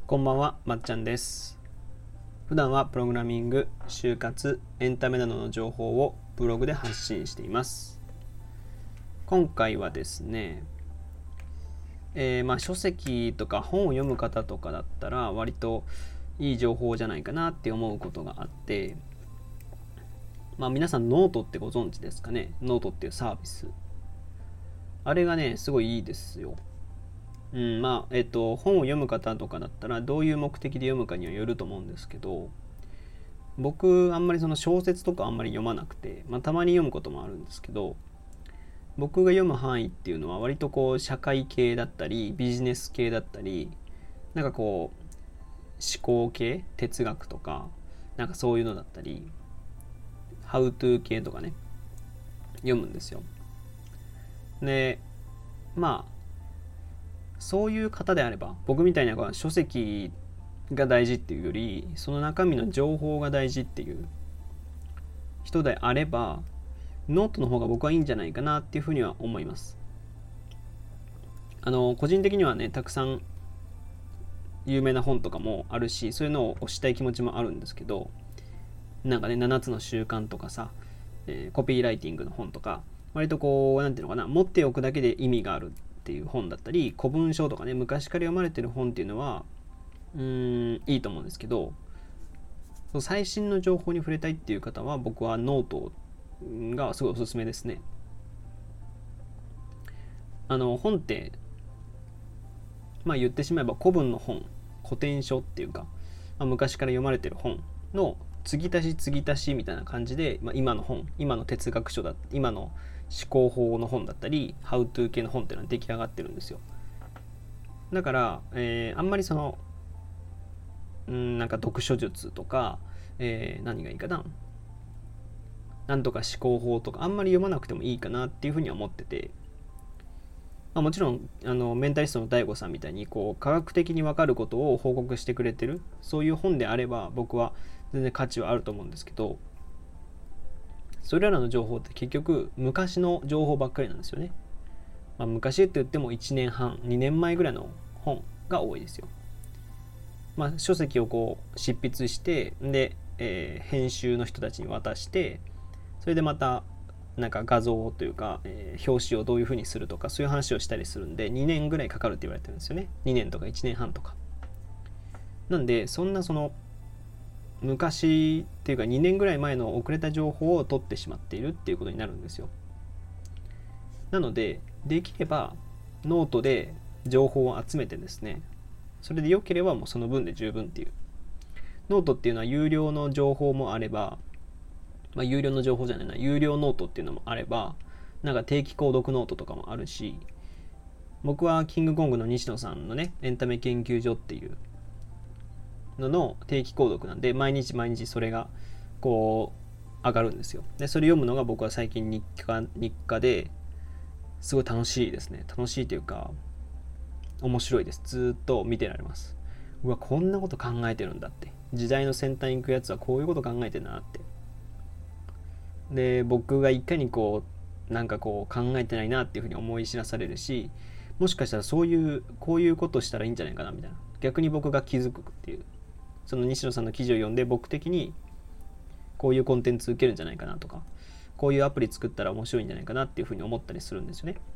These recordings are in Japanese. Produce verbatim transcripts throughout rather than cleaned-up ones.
こんばんは、まっちゃんです。普段はプログラミング、就活、エンタメなどの情報をブログで発信しています。今回はですね、えー、まあ書籍とか本を読む方とかだったら割といい情報じゃないかなって思うことがあって、まあ皆さんノートってご存知ですかね。ノートっていうサービス。あれがね、すごいいいですよ。うん、まあ、えっと、本を読む方とかだったらどういう目的で読むかにはよると思うんですけど、僕あんまりその小説とかあんまり読まなくて、まあ、たまに読むこともあるんですけど、僕が読む範囲っていうのは割とこう社会系だったりビジネス系だったり、なんかこう思考系、哲学とかなんかそういうのだったり、ハウトゥー系とかね、読むんですよ。で、まあそういう方であれば、僕みたいな書籍が大事っていうよりその中身の情報が大事っていう人であれば、ノートの方が僕はいいんじゃないかなっていうふうには思います。あの個人的にはね、たくさん有名な本とかもあるし、そういうのを推したい気持ちもあるんですけど、なんかね、ななつの習慣とかさ、えーコピーライティングの本とか、割とこう、なんていうのかな、持っておくだけで意味があるっていう本だったり、古文書とかね、昔から読まれてる本っていうのは、うーん、いいと思うんですけど、最新の情報に触れたいっていう方は、僕はノートがすごいおすすめですね。あの、本って、まあ言ってしまえば古文の本、古典書っていうか、まあ、昔から読まれてる本の継ぎ足し継ぎ足しみたいな感じで、まあ、今の本、今の哲学書だ、今の思考法の本だったり、ハウトゥー系の本っていうのは出来上がってるんですよ。だから、えーあんまりその、うん、なんか読書術とか、えー何がいいかな、なんとか思考法とか、あんまり読まなくてもいいかなっていうふうには思ってて、まあ、もちろんあのメンタリストの ダイゴ さんみたいにこう科学的に分かることを報告してくれてる、そういう本であれば僕は全然価値はあると思うんですけど、それらの情報って結局昔の情報ばっかりなんですよね。まあ、昔って言ってもいちねんはんにねんまえぐらいの本が多いですよ。まあ、書籍をこう執筆してで、えー編集の人たちに渡して、それでまたなんか画像というか、えー表紙をどういう風にするとか、そういう話をしたりするんでにねんぐらいかかるって言われてるんですよね。にねんとかいちねんはんとか。なんでそんなその昔っていうかにねんぐらい前の遅れた情報を取ってしまっているっていうことになるんですよ。なのでできればノートで情報を集めてですね、それで良ければもうその分で十分っていう。ノートっていうのは有料の情報もあれば、まあ、有料の情報じゃないな、有料ノートっていうのもあれば、なんか定期購読ノートとかもあるし、僕はキングコングの西野さんのね、エンタメ研究所っていうのの定期購読なんで、毎日毎日それがこう上がるんですよ。で、それ読むのが僕は最近日課、日課ですごい楽しいですね。楽しいというか、面白いです。ずっと見てられます。うわ、こんなこと考えてるんだって。時代の先端に行くやつはこういうこと考えてるんだなって。で、僕がいかにこうなんかこう考えてないなっていうふうに思い知らされるし、もしかしたらそういうこういうことしたらいいんじゃないかなみたいな、逆に僕が気づくっていう、その西野さんの記事を読んで僕的にこういうコンテンツ受けるんじゃないかなとか、こういうアプリ作ったら面白いんじゃないかなっていうふうに思ったりするんですよね。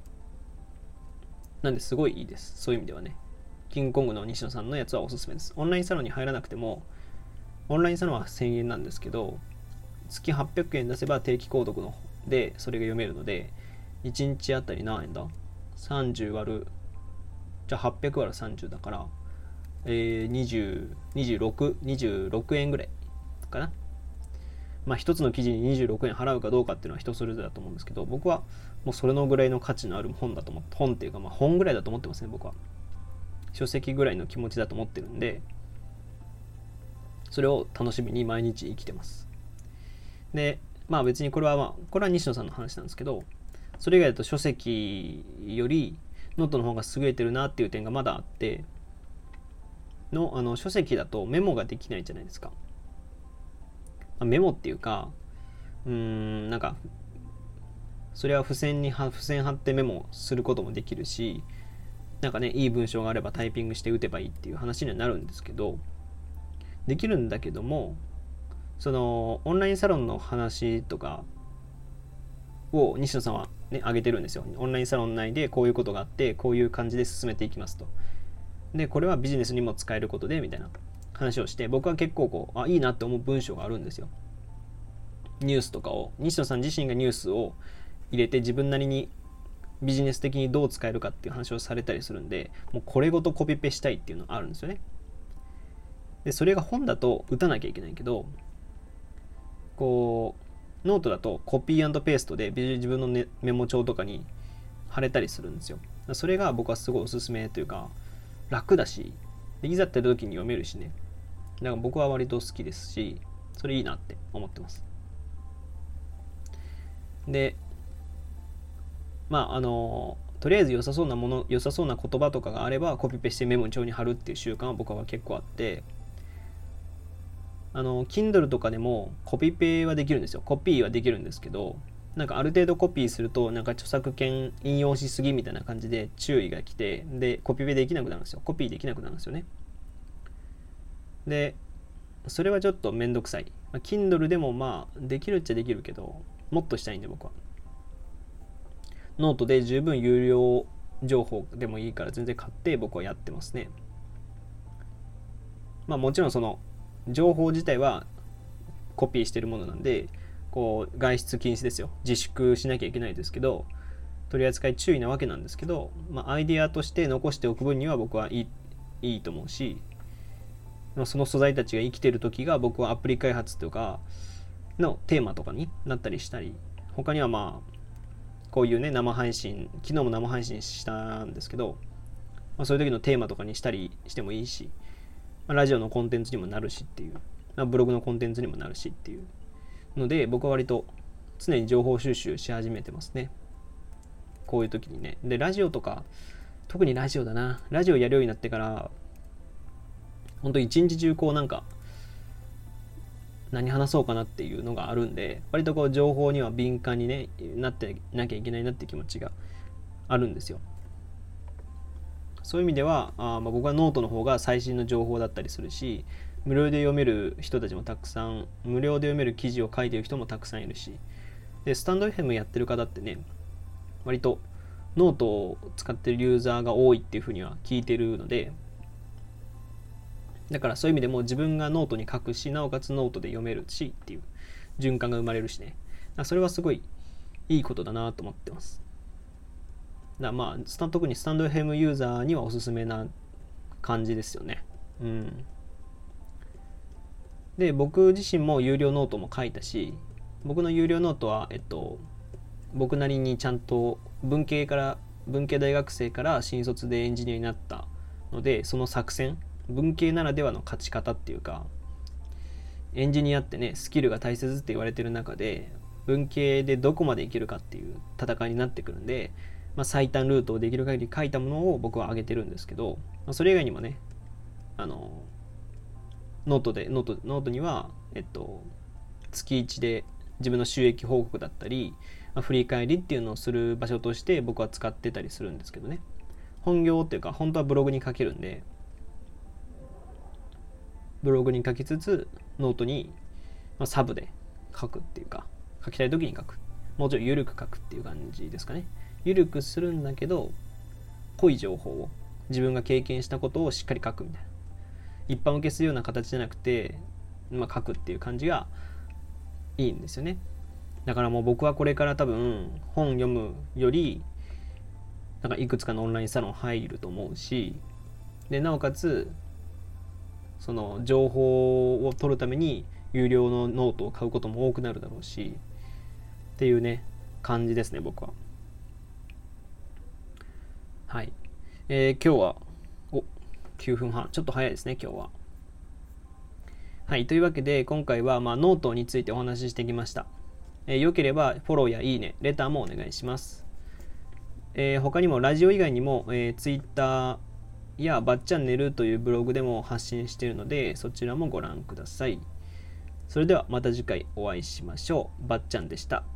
なんですごいいいです、そういう意味ではね。キングコングの西野さんのやつはおすすめです。オンラインサロンに入らなくても、オンラインサロンはせんえんなんですけど、月はっぴゃくえん出せば定期購読のでそれが読めるので、いちにちあたり何円だ、さんじゅう割る、じゃあはっぴゃく割るさんじゅうだから、えー、にじゅう、にじゅうろく、にじゅうろくえんぐらいかな。まあ一つの記事ににじゅうろくえん払うかどうかっていうのは人それぞれだと思うんですけど、僕はもうそれのぐらいの価値のある本だと思って、本っていうかまあ本ぐらいだと思ってますね、僕は。書籍ぐらいの気持ちだと思ってるんで、それを楽しみに毎日生きてます。で、まあ別にこれはまあ、これは西野さんの話なんですけど、それ以外だと書籍よりノートの方が優れてるなっていう点がまだあって、のあの書籍だとメモができないじゃないですか。メモっていうか、うーん、なんかそれは付箋に付箋貼ってメモすることもできるし、 なんかねいい文章があればタイピングして打てばいいっていう話にはなるんですけど、できるんだけども、そのオンラインサロンの話とかを西野さんはね上げてるんですよ。オンラインサロン内でこういうことがあってこういう感じで進めていきますと。でこれはビジネスにも使えることでみたいな話をして、僕は結構こうあいいなって思う文章があるんですよ。ニュースとかを西野さん自身がニュースを入れて自分なりにビジネス的にどう使えるかっていう話をされたりするんで、もうこれごとコピペしたいっていうのがあるんですよね。でそれが本だと打たなきゃいけないけど、こうノートだとコピー&ペーストで自分の、ね、メモ帳とかに貼れたりするんですよ。それが僕はすごいおすすめというか楽だし、いざってる時に読めるしね。だから僕は割と好きですし、それいいなって思ってます。でまああのとりあえず良さそうなもの良さそうな言葉とかがあればコピペしてメモ帳に貼るっていう習慣は僕は結構あって、あの Kindle とかでもコピペはできるんですよ。コピーはできるんですけど、なんかある程度コピーするとなんか著作権引用しすぎみたいな感じで注意が来て、でコピペできなくなるんですよ。コピーできなくなるんですよね。でそれはちょっとめんどくさい、まあ、Kindle でもまあできるっちゃできるけど、もっとしたいんで僕はノートで十分有料情報でもいいから全然買って僕はやってますね。まあもちろんその情報自体はコピーしてるものなんで、こう外出禁止ですよ。自粛しなきゃいけないですけど、取り扱い注意なわけなんですけど、まあ、アイデアとして残しておく分には僕はいい、いいと思うし、その素材たちが生きてる時が僕はアプリ開発とかのテーマとかになったりしたり、他にはまあこういうね生配信、昨日も生配信したんですけど、まあ、そういう時のテーマとかにしたりしてもいいし、まあ、ラジオのコンテンツにもなるしっていう、まあ、ブログのコンテンツにもなるしっていうので、僕は割と常に情報収集し始めてますね。こういう時にね。でラジオとか、特にラジオだな、ラジオやるようになってから本当一日中こうなんか何話そうかなっていうのがあるんで、割とこう情報には敏感にねなってなきゃいけないなって気持ちがあるんですよ。そういう意味ではあ、まあ、僕はノートの方が最新の情報だったりするし、無料で読める人たちもたくさん、無料で読める記事を書いてる人もたくさんいるし、でスタンド エフエム やってる方ってね、割とノートを使ってるユーザーが多いっていうふうには聞いてるので、だからそういう意味でも自分がノートに書くし、なおかつノートで読めるしっていう循環が生まれるしね、それはすごいいいことだなと思ってます。だまあスタ特にスタンド エフエム ユーザーにはおすすめな感じですよね。うん。で僕自身も有料ノートも書いたし、僕の有料ノートはえっと僕なりにちゃんと文系から文系大学生から新卒でエンジニアになったので、その作戦、文系ならではの勝ち方っていうか、エンジニアってねスキルが大切って言われてる中で、文系でどこまでいけるかっていう戦いになってくるんで、まあ、最短ルートをできる限り書いたものを僕は上げてるんですけど、まあ、それ以外にもね、あのノートでノートノートにはえっと月いちで自分の収益報告だったり、まあ、振り返りっていうのをする場所として僕は使ってたりするんですけどね。本業っていうか本当はブログに書けるんで、ブログに書きつつノートに、まあ、サブで書くっていうか、書きたい時に書く、もちろん緩く書くっていう感じですかね。緩くするんだけど濃い情報を、自分が経験したことをしっかり書くみたいな、一般受けするような形じゃなくて、まあ、書くっていう感じがいいんですよね。だからもう僕はこれから多分本読むよりなんかいくつかのオンラインサロン入ると思うし、でなおかつその情報を取るために有料のノートを買うことも多くなるだろうしっていうね感じですね、僕は。はい、えー、今日はおきゅうふんはん、ちょっと早いですね今日は。はい、というわけで今回はまあノートについてお話ししてきました。えー、よければフォローやいいね、レターもお願いします。えー、他にもラジオ以外にも、えー、Twitter やバッチャンネルというブログでも発信しているので、そちらもご覧ください。それではまた次回お会いしましょう。ばっちゃんでした。